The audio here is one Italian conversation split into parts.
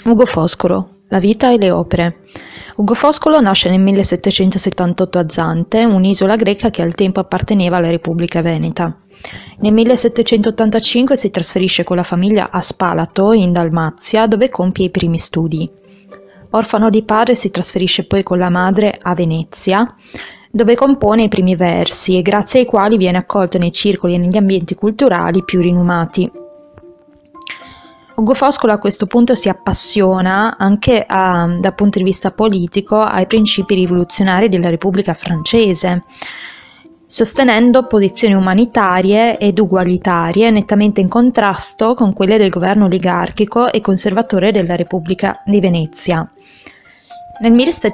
Ugo Foscolo, la vita e le opere. Ugo Foscolo nasce nel 1778 a Zante, un'isola greca che al tempo apparteneva alla Repubblica Veneta. Nel 1785 si trasferisce con la famiglia a Spalato, in Dalmazia, dove compie i primi studi. Orfano di padre, si trasferisce poi con la madre a Venezia, dove compone i primi versi e grazie ai quali viene accolto nei circoli e negli ambienti culturali più rinomati. Ugo Foscolo a questo punto si appassiona anche dal punto di vista politico ai principi rivoluzionari della Repubblica francese, sostenendo posizioni umanitarie ed ugualitarie nettamente in contrasto con quelle del governo oligarchico e conservatore della Repubblica di Venezia. Nel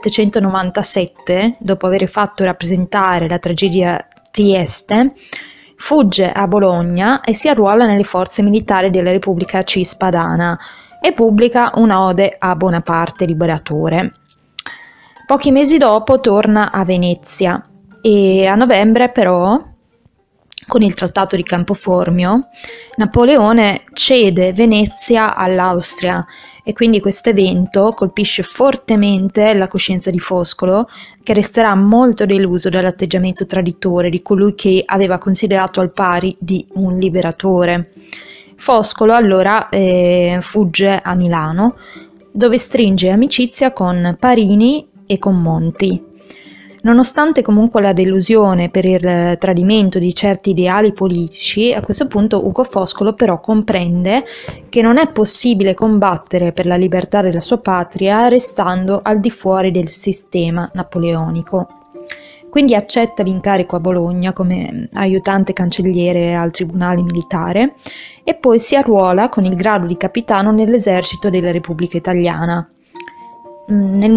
1797, dopo aver fatto rappresentare la tragedia Trieste, fugge a Bologna e si arruola nelle forze militari della Repubblica Cispadana e pubblica una ode a Bonaparte liberatore. Pochi mesi dopo torna a Venezia e a novembre però, con il Trattato di Campoformio, Napoleone cede Venezia all'Austria e quindi questo evento colpisce fortemente la coscienza di Foscolo, che resterà molto deluso dall'atteggiamento traditore di colui che aveva considerato al pari di un liberatore. Foscolo allora fugge a Milano, dove stringe amicizia con Parini e con Monti. Nonostante comunque la delusione per il tradimento di certi ideali politici, a questo punto Ugo Foscolo però comprende che non è possibile combattere per la libertà della sua patria restando al di fuori del sistema napoleonico. Quindi accetta l'incarico a Bologna come aiutante cancelliere al tribunale militare e poi si arruola con il grado di capitano nell'esercito della Repubblica Italiana nel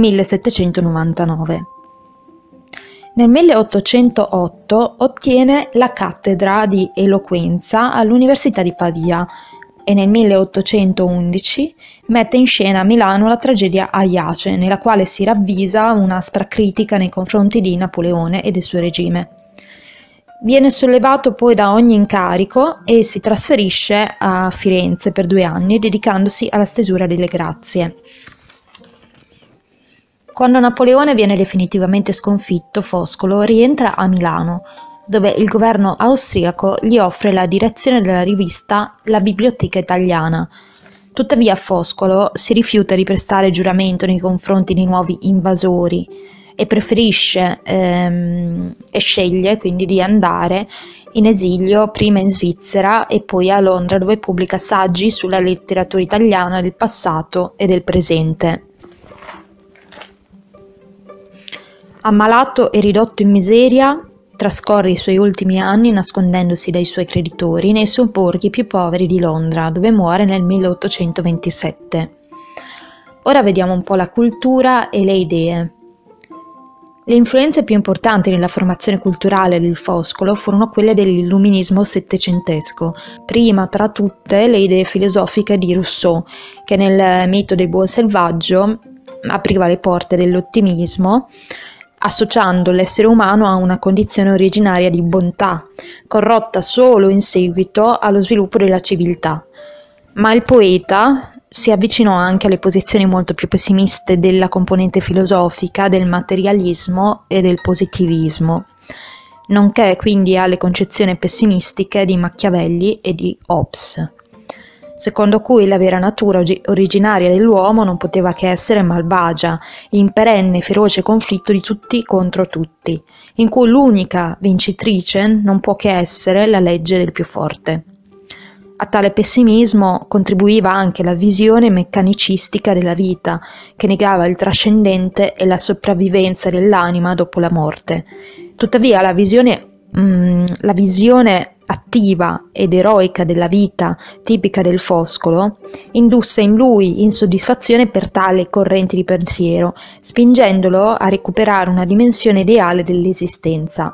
1799. Nel 1808 ottiene la cattedra di eloquenza all'Università di Pavia e nel 1811 mette in scena a Milano la tragedia Aiace, nella quale si ravvisa un'aspra critica nei confronti di Napoleone e del suo regime. Viene sollevato poi da ogni incarico e si trasferisce a Firenze per 2 anni, dedicandosi alla stesura delle grazie. Quando Napoleone viene definitivamente sconfitto, Foscolo rientra a Milano, dove il governo austriaco gli offre la direzione della rivista La Biblioteca Italiana. Tuttavia Foscolo si rifiuta di prestare giuramento nei confronti di nuovi invasori e preferisce e sceglie quindi di andare in esilio prima in Svizzera e poi a Londra, dove pubblica saggi sulla letteratura italiana del passato e del presente. Ammalato e ridotto in miseria, trascorre i suoi ultimi anni nascondendosi dai suoi creditori nei sobborghi più poveri di Londra, dove muore nel 1827. Ora vediamo un po' la cultura e le idee. Le influenze più importanti nella formazione culturale del Foscolo furono quelle dell'illuminismo settecentesco, prima tra tutte le idee filosofiche di Rousseau, che nel Mito del buon selvaggio apriva le porte dell'ottimismo, associando l'essere umano a una condizione originaria di bontà, corrotta solo in seguito allo sviluppo della civiltà. Ma il poeta si avvicinò anche alle posizioni molto più pessimiste della componente filosofica, del materialismo e del positivismo, nonché quindi alle concezioni pessimistiche di Machiavelli e di Hobbes, secondo cui la vera natura originaria dell'uomo non poteva che essere malvagia, in perenne feroce conflitto di tutti contro tutti, in cui l'unica vincitrice non può che essere la legge del più forte. A tale pessimismo contribuiva anche la visione meccanicistica della vita, che negava il trascendente e la sopravvivenza dell'anima dopo la morte. Tuttavia la visione attiva ed eroica della vita, tipica del Foscolo, indusse in lui insoddisfazione per tale corrente di pensiero, spingendolo a recuperare una dimensione ideale dell'esistenza.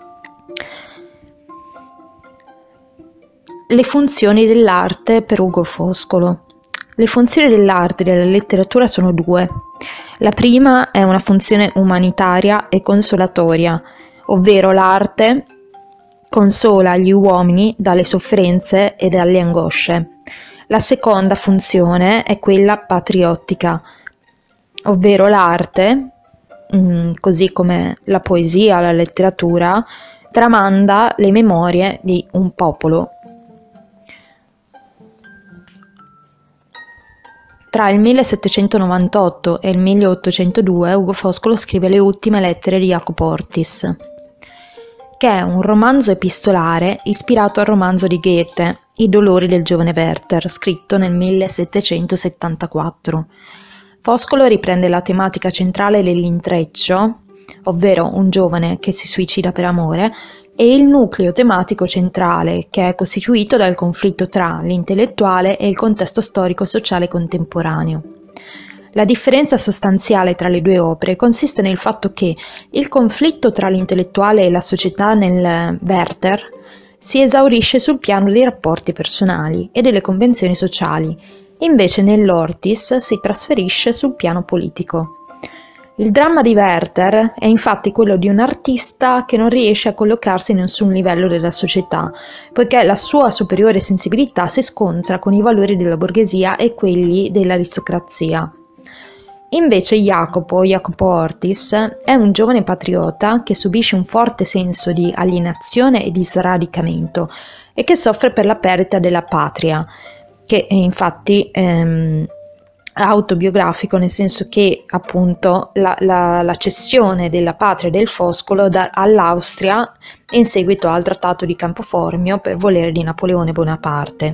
Le funzioni dell'arte per Ugo Foscolo. Le funzioni dell'arte e della letteratura sono 2. La prima è una funzione umanitaria e consolatoria, ovvero l'arte consola gli uomini dalle sofferenze e dalle angosce. La seconda funzione è quella patriottica, ovvero l'arte, così come la poesia, la letteratura, tramanda le memorie di un popolo. Tra il 1798 e il 1802 Ugo Foscolo scrive le ultime lettere di Jacopo Ortis, che è un romanzo epistolare ispirato al romanzo di Goethe, I dolori del giovane Werther, scritto nel 1774. Foscolo riprende la tematica centrale dell'intreccio, ovvero un giovane che si suicida per amore, e il nucleo tematico centrale, che è costituito dal conflitto tra l'intellettuale e il contesto storico-sociale contemporaneo. La differenza sostanziale tra le due opere consiste nel fatto che il conflitto tra l'intellettuale e la società nel Werther si esaurisce sul piano dei rapporti personali e delle convenzioni sociali, invece nell'Ortis si trasferisce sul piano politico. Il dramma di Werther è infatti quello di un artista che non riesce a collocarsi in nessun livello della società, poiché la sua superiore sensibilità si scontra con i valori della borghesia e quelli dell'aristocrazia. Invece Jacopo Ortis è un giovane patriota che subisce un forte senso di alienazione e di sradicamento e che soffre per la perdita della patria, che è infatti autobiografico, nel senso che appunto la cessione della patria del Foscolo all'Austria in seguito al trattato di Campoformio per volere di Napoleone Bonaparte.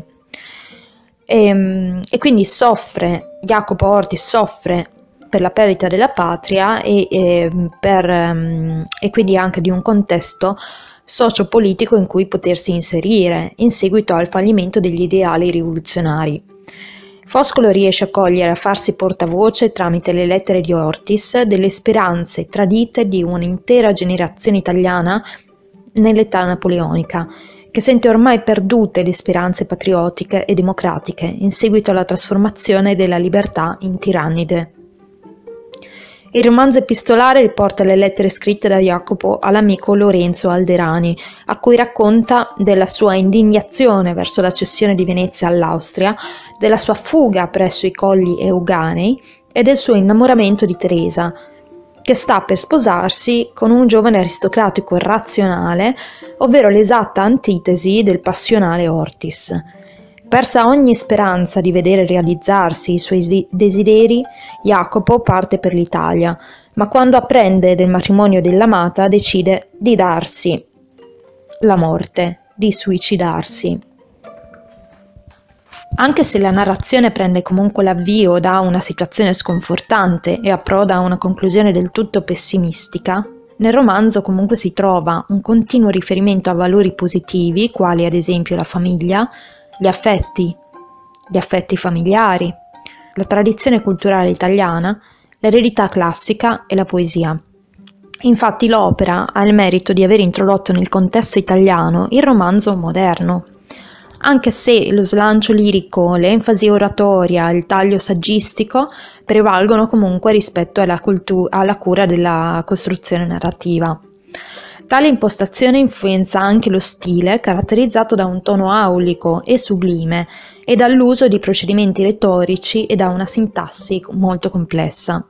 E quindi Jacopo Ortis soffre per la perdita della patria e quindi anche di un contesto sociopolitico in cui potersi inserire in seguito al fallimento degli ideali rivoluzionari. Foscolo riesce a cogliere, a farsi portavoce tramite le lettere di Ortis delle speranze tradite di un'intera generazione italiana nell'età napoleonica, che sente ormai perdute le speranze patriottiche e democratiche in seguito alla trasformazione della libertà in tirannide. Il romanzo epistolare riporta le lettere scritte da Jacopo all'amico Lorenzo Alderani, a cui racconta della sua indignazione verso la cessione di Venezia all'Austria, della sua fuga presso i colli Euganei e del suo innamoramento di Teresa, che sta per sposarsi con un giovane aristocratico razionale, ovvero l'esatta antitesi del passionale Ortis. Persa ogni speranza di vedere realizzarsi i suoi desideri, Jacopo parte per l'Italia, ma quando apprende del matrimonio dell'amata decide di darsi la morte, di suicidarsi. Anche se la narrazione prende comunque l'avvio da una situazione sconfortante e approda a una conclusione del tutto pessimistica, nel romanzo comunque si trova un continuo riferimento a valori positivi, quali ad esempio la famiglia, gli affetti familiari, la tradizione culturale italiana, l'eredità classica e la poesia. Infatti l'opera ha il merito di aver introdotto nel contesto italiano il romanzo moderno, anche se lo slancio lirico, l'enfasi oratoria e il taglio saggistico prevalgono comunque rispetto alla cura della costruzione narrativa. Tale impostazione influenza anche lo stile, caratterizzato da un tono aulico e sublime e dall'uso di procedimenti retorici e da una sintassi molto complessa.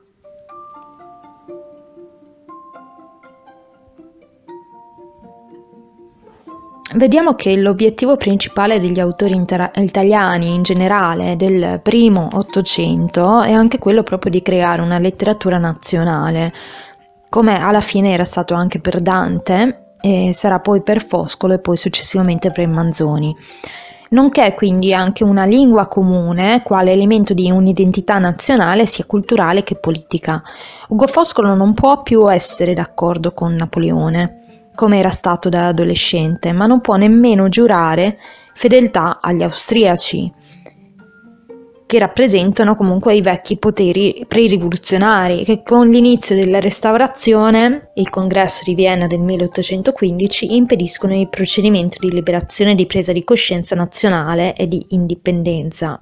Vediamo che l'obiettivo principale degli autori italiani in generale del primo Ottocento è anche quello proprio di creare una letteratura nazionale, come alla fine era stato anche per Dante e sarà poi per Foscolo e poi successivamente per Manzoni, nonché quindi anche una lingua comune quale elemento di un'identità nazionale sia culturale che politica. Ugo Foscolo non può più essere d'accordo con Napoleone, come era stato da adolescente, ma non può nemmeno giurare fedeltà agli austriaci, che rappresentano comunque i vecchi poteri pre-rivoluzionari che con l'inizio della Restaurazione e il Congresso di Vienna del 1815 impediscono il procedimento di liberazione e di presa di coscienza nazionale e di indipendenza.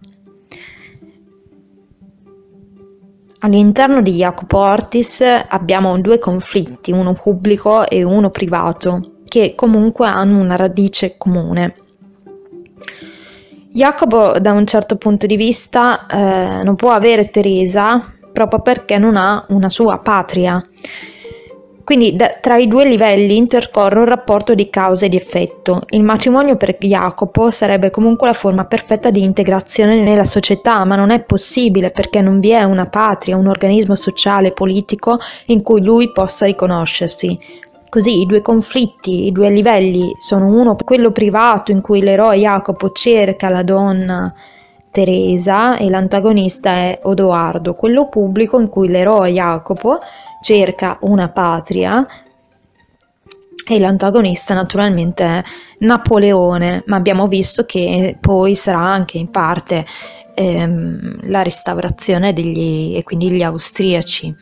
All'interno di Jacopo Ortis abbiamo due conflitti, uno pubblico e uno privato, che comunque hanno una radice comune. Jacopo, da un certo punto di vista, non può avere Teresa proprio perché non ha una sua patria. Quindi tra i due livelli intercorre un rapporto di causa e di effetto. Il matrimonio per Jacopo sarebbe comunque la forma perfetta di integrazione nella società, ma non è possibile perché non vi è una patria, un organismo sociale, politico in cui lui possa riconoscersi. Così i due conflitti, i due livelli sono uno, quello privato in cui l'eroe Jacopo cerca la donna Teresa e l'antagonista è Odoardo, quello pubblico in cui l'eroe Jacopo cerca una patria e l'antagonista naturalmente è Napoleone, ma abbiamo visto che poi sarà anche in parte la restaurazione e quindi gli austriaci.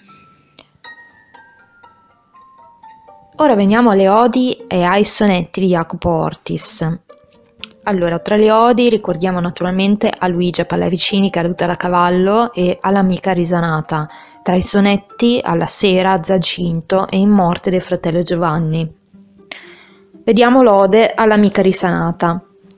Ora veniamo alle odi e ai sonetti di Jacopo Ortis. Allora, tra le odi ricordiamo naturalmente a Luigia Pallavicini caduta da cavallo e all'amica risanata, tra i sonetti alla sera, Zacinto e in morte del fratello Giovanni. Vediamo l'ode all'amica risanata.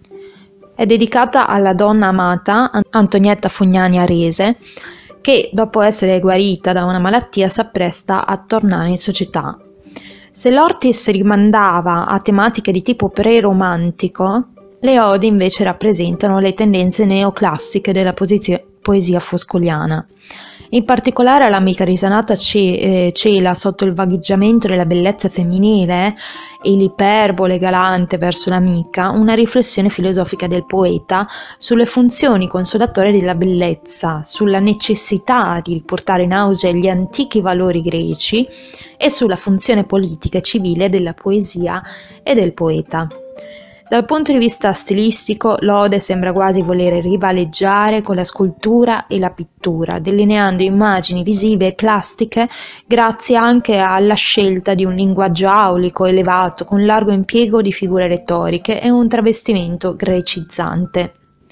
È dedicata alla donna amata, Antonietta Fognani Arese, che dopo essere guarita da una malattia si appresta a tornare in società. Se l'Ortis rimandava a tematiche di tipo pre-romantico, le odi invece rappresentano le tendenze neoclassiche della poesia foscoliana. In particolare l'amica risanata cela sotto il vagheggiamento della bellezza femminile e l'iperbole galante verso l'amica una riflessione filosofica del poeta sulle funzioni consolatorie della bellezza, sulla necessità di riportare in auge gli antichi valori greci e sulla funzione politica e civile della poesia e del poeta. Dal punto di vista stilistico, l'ode sembra quasi voler rivaleggiare con la scultura e la pittura, delineando immagini visive e plastiche grazie anche alla scelta di un linguaggio aulico, elevato, con largo impiego di figure retoriche e un travestimento grecizzante.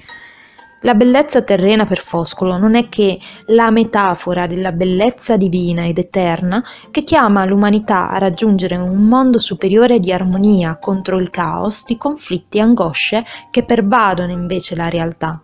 La bellezza terrena per Foscolo non è che la metafora della bellezza divina ed eterna che chiama l'umanità a raggiungere un mondo superiore di armonia contro il caos di conflitti e angosce che pervadono invece la realtà.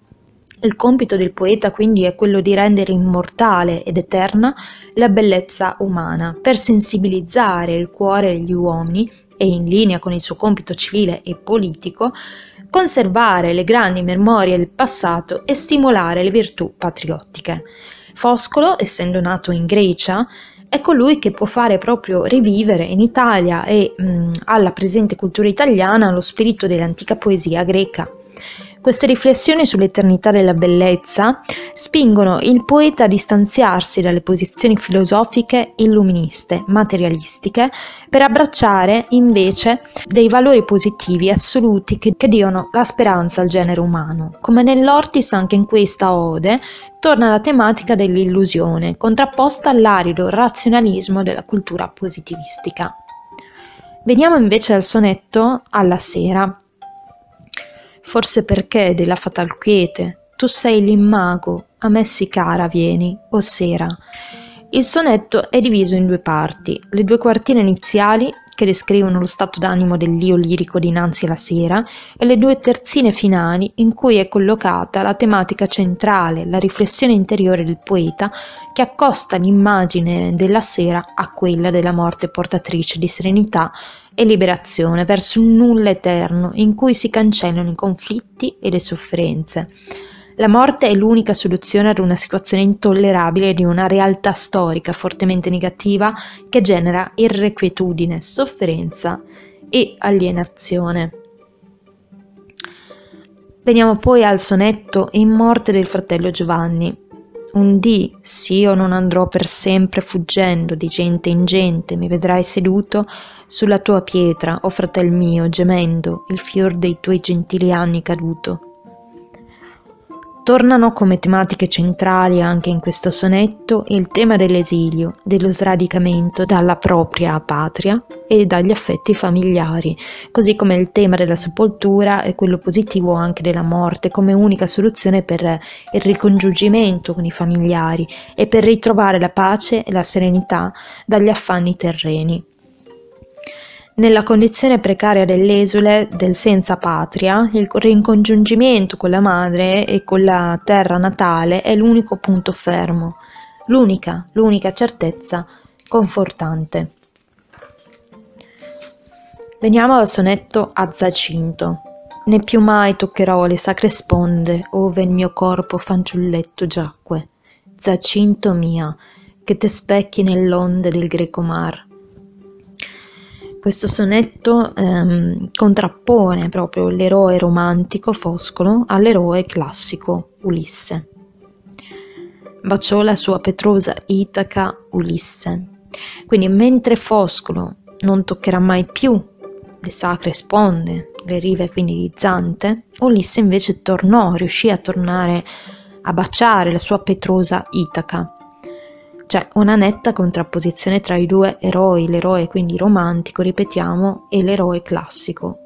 Il compito del poeta quindi è quello di rendere immortale ed eterna la bellezza umana, per sensibilizzare il cuore degli uomini e, in linea con il suo compito civile e politico, conservare le grandi memorie del passato e stimolare le virtù patriottiche. Foscolo, essendo nato in Grecia, è colui che può fare proprio rivivere in Italia e alla presente cultura italiana lo spirito dell'antica poesia greca. Queste riflessioni sull'eternità della bellezza spingono il poeta a distanziarsi dalle posizioni filosofiche illuministe, materialistiche, per abbracciare invece dei valori positivi assoluti che diano la speranza al genere umano. Come nell'Ortis, anche in questa ode torna la tematica dell'illusione, contrapposta all'arido razionalismo della cultura positivistica. Veniamo invece al sonetto alla sera. Forse perché della fatal quiete, tu sei l'immago, a me sì cara vieni, o sera. Il sonetto è diviso in due parti, le due quartine iniziali, che descrivono lo stato d'animo dell'io lirico dinanzi alla sera, e le due terzine finali, in cui è collocata la tematica centrale, la riflessione interiore del poeta, che accosta l'immagine della sera a quella della morte portatrice di serenità e liberazione verso un nulla eterno in cui si cancellano i conflitti e le sofferenze. La morte è l'unica soluzione ad una situazione intollerabile di una realtà storica fortemente negativa che genera irrequietudine, sofferenza e alienazione. Veniamo poi al sonetto In morte del fratello Giovanni. Un dì, s'io non andrò per sempre fuggendo di gente in gente, mi vedrai seduto sulla tua pietra, o fratel mio, gemendo, il fior dei tuoi gentili anni caduto. Tornano come tematiche centrali anche in questo sonetto il tema dell'esilio, dello sradicamento dalla propria patria e dagli affetti familiari, così come il tema della sepoltura e quello positivo anche della morte come unica soluzione per il ricongiungimento con i familiari e per ritrovare la pace e la serenità dagli affanni terreni. Nella condizione precaria dell'esule, del senza patria, il ricongiungimento con la madre e con la terra natale è l'unico punto fermo, l'unica certezza confortante. Veniamo al sonetto a Zacinto. Né più mai toccherò le sacre sponde, ove il mio corpo fanciulletto giacque. Zacinto mia, che te specchi nell'onde del greco mar. Questo sonetto contrappone proprio l'eroe romantico Foscolo all'eroe classico Ulisse. Baciò la sua Petrosa Itaca Ulisse. Quindi mentre Foscolo non toccherà mai più le sacre sponde, le rive quindi di Zante, Ulisse invece riuscì a tornare a baciare la sua Petrosa Itaca. C'è una netta contrapposizione tra i due eroi, l'eroe quindi romantico, ripetiamo, e l'eroe classico.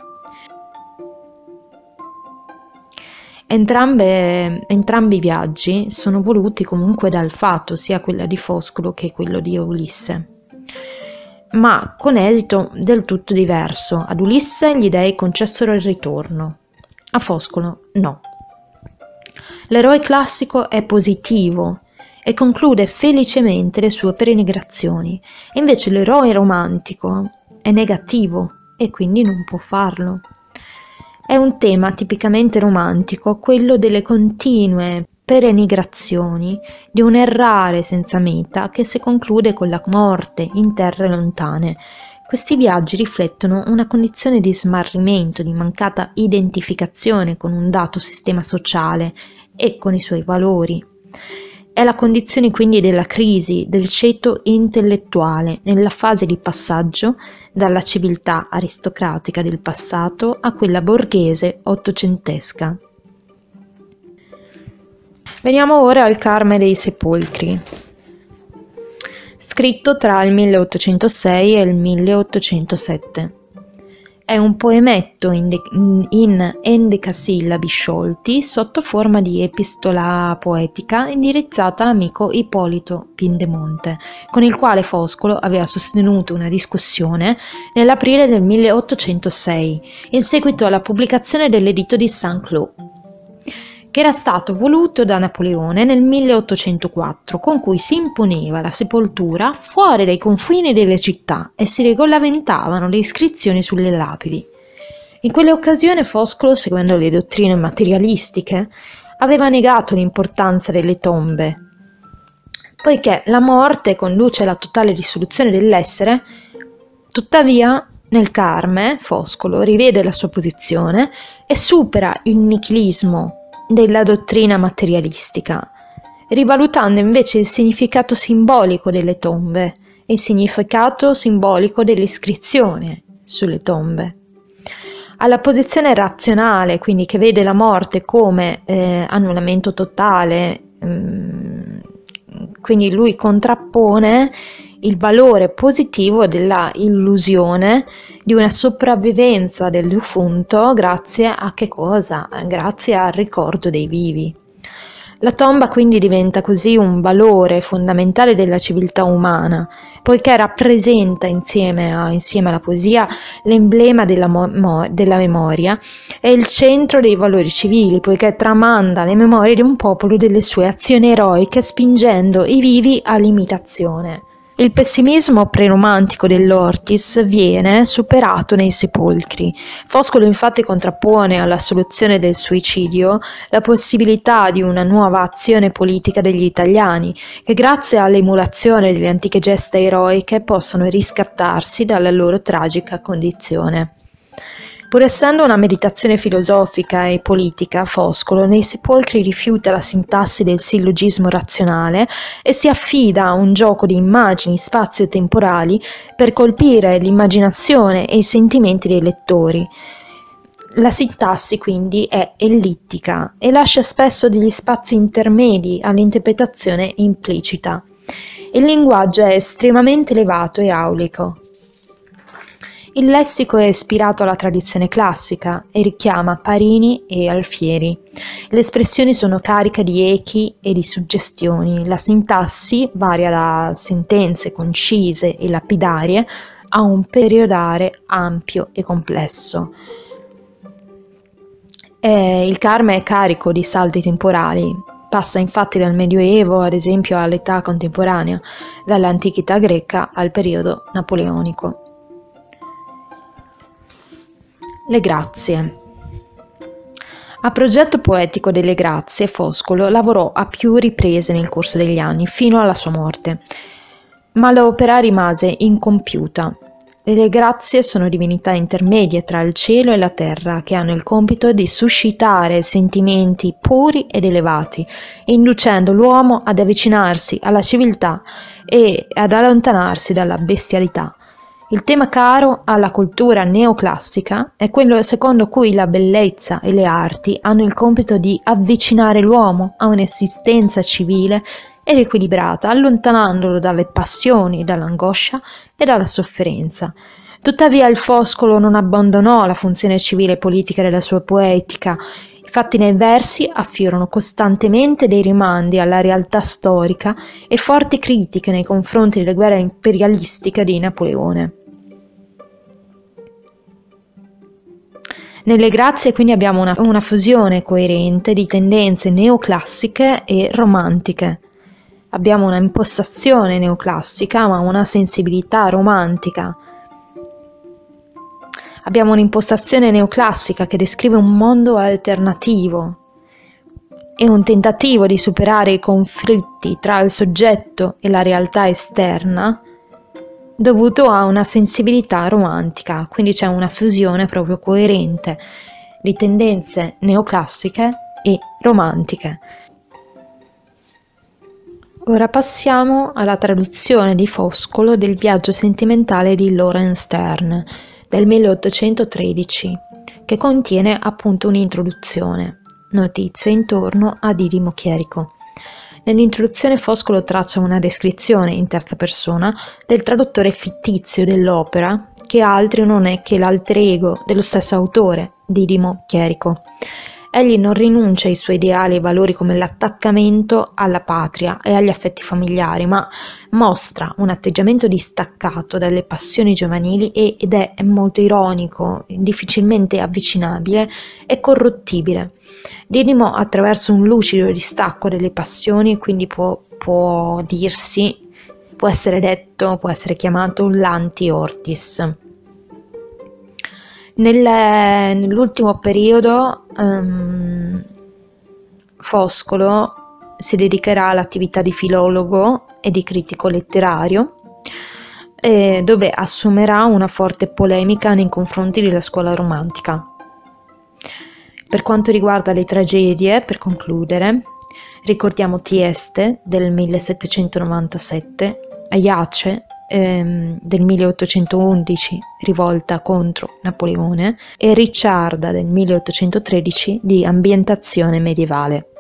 Entrambi i viaggi sono voluti comunque dal fato, sia quello di Foscolo che quello di Ulisse, ma con esito del tutto diverso. Ad Ulisse gli dei concessero il ritorno, a Foscolo no. L'eroe classico è positivo e conclude felicemente le sue peregrinazioni, invece l'eroe romantico è negativo e quindi non può farlo. È un tema tipicamente romantico, quello delle continue peregrinazioni, di un errare senza meta che si conclude con la morte in terre lontane. Questi viaggi riflettono una condizione di smarrimento, di mancata identificazione con un dato sistema sociale e con i suoi valori. È la condizione quindi della crisi, del ceto intellettuale, nella fase di passaggio dalla civiltà aristocratica del passato a quella borghese ottocentesca. Veniamo ora al Carme dei Sepolcri, scritto tra il 1806 e il 1807. È un poemetto in endecasillabi sciolti sotto forma di epistola poetica indirizzata all'amico Ippolito Pindemonte, con il quale Foscolo aveva sostenuto una discussione nell'aprile del 1806, in seguito alla pubblicazione dell'editto di Saint-Cloud, che era stato voluto da Napoleone nel 1804, con cui si imponeva la sepoltura fuori dai confini delle città e si regolamentavano le iscrizioni sulle lapidi. In quelle occasioni Foscolo, seguendo le dottrine materialistiche, aveva negato l'importanza delle tombe, poiché la morte conduce alla totale dissoluzione dell'essere. Tuttavia, nel Carme, Foscolo rivede la sua posizione e supera il nichilismo della dottrina materialistica, rivalutando invece il significato simbolico delle tombe e il significato simbolico dell'iscrizione sulle tombe. Alla posizione razionale, quindi che vede la morte come annullamento totale, quindi lui contrappone il valore positivo della illusione di una sopravvivenza del defunto grazie a che cosa? Grazie al ricordo dei vivi. La tomba quindi diventa così un valore fondamentale della civiltà umana, poiché rappresenta insieme alla poesia l'emblema della memoria e il centro dei valori civili, poiché tramanda le memorie di un popolo delle sue azioni eroiche spingendo i vivi all'imitazione. Il pessimismo preromantico dell'Ortis viene superato nei sepolcri. Foscolo infatti contrappone alla soluzione del suicidio la possibilità di una nuova azione politica degli italiani, che grazie all'emulazione delle antiche gesta eroiche possono riscattarsi dalla loro tragica condizione. Pur essendo una meditazione filosofica e politica, Foscolo nei sepolcri rifiuta la sintassi del sillogismo razionale e si affida a un gioco di immagini spazio-temporali per colpire l'immaginazione e i sentimenti dei lettori. La sintassi quindi è ellittica e lascia spesso degli spazi intermedi all'interpretazione implicita. Il linguaggio è estremamente elevato e aulico. Il lessico è ispirato alla tradizione classica e richiama Parini e Alfieri. Le espressioni sono cariche di echi e di suggestioni. La sintassi varia da sentenze concise e lapidarie ha un periodare ampio e complesso. Il karma è carico di salti temporali, passa infatti dal Medioevo, ad esempio, all'età contemporanea, dall'antichità greca al periodo napoleonico. Le grazie. A progetto poetico delle grazie, Foscolo lavorò a più riprese nel corso degli anni, fino alla sua morte, ma l'opera rimase incompiuta. Le grazie sono divinità intermedie tra il cielo e la terra, che hanno il compito di suscitare sentimenti puri ed elevati, inducendo l'uomo ad avvicinarsi alla civiltà e ad allontanarsi dalla bestialità. Il tema caro alla cultura neoclassica è quello secondo cui la bellezza e le arti hanno il compito di avvicinare l'uomo a un'esistenza civile ed equilibrata, allontanandolo dalle passioni, dall'angoscia e dalla sofferenza. Tuttavia il Foscolo non abbandonò la funzione civile e politica della sua poetica. Infatti nei versi affiorano costantemente dei rimandi alla realtà storica e forti critiche nei confronti delle guerre imperialistiche di Napoleone. Nelle grazie quindi abbiamo una fusione coerente di tendenze neoclassiche e romantiche. Abbiamo una impostazione neoclassica ma una sensibilità romantica. Abbiamo un'impostazione neoclassica che descrive un mondo alternativo e un tentativo di superare i conflitti tra il soggetto e la realtà esterna dovuto a una sensibilità romantica, quindi c'è una fusione proprio coerente di tendenze neoclassiche e romantiche. Ora passiamo alla traduzione di Foscolo del Viaggio sentimentale di Laurence Sterne del 1813, che contiene appunto un'introduzione, notizie intorno a Didimo Chierico. Nell'introduzione Foscolo traccia una descrizione in terza persona del traduttore fittizio dell'opera, che altro non è che l'alter ego dello stesso autore, Didimo Chierico. Egli non rinuncia ai suoi ideali e valori come l'attaccamento alla patria e agli affetti familiari, ma mostra un atteggiamento distaccato dalle passioni giovanili ed è molto ironico, difficilmente avvicinabile e corruttibile. Didimo, attraverso un lucido distacco delle passioni, quindi può essere detto, può essere chiamato l'anti-Ortis. Nell'ultimo periodo Foscolo si dedicherà all'attività di filologo e di critico letterario, dove assumerà una forte polemica nei confronti della scuola romantica. Per quanto riguarda le tragedie, per concludere, ricordiamo Tieste del 1797, Aiace del 1811, rivolta contro Napoleone, e Ricciarda del 1813 di ambientazione medievale.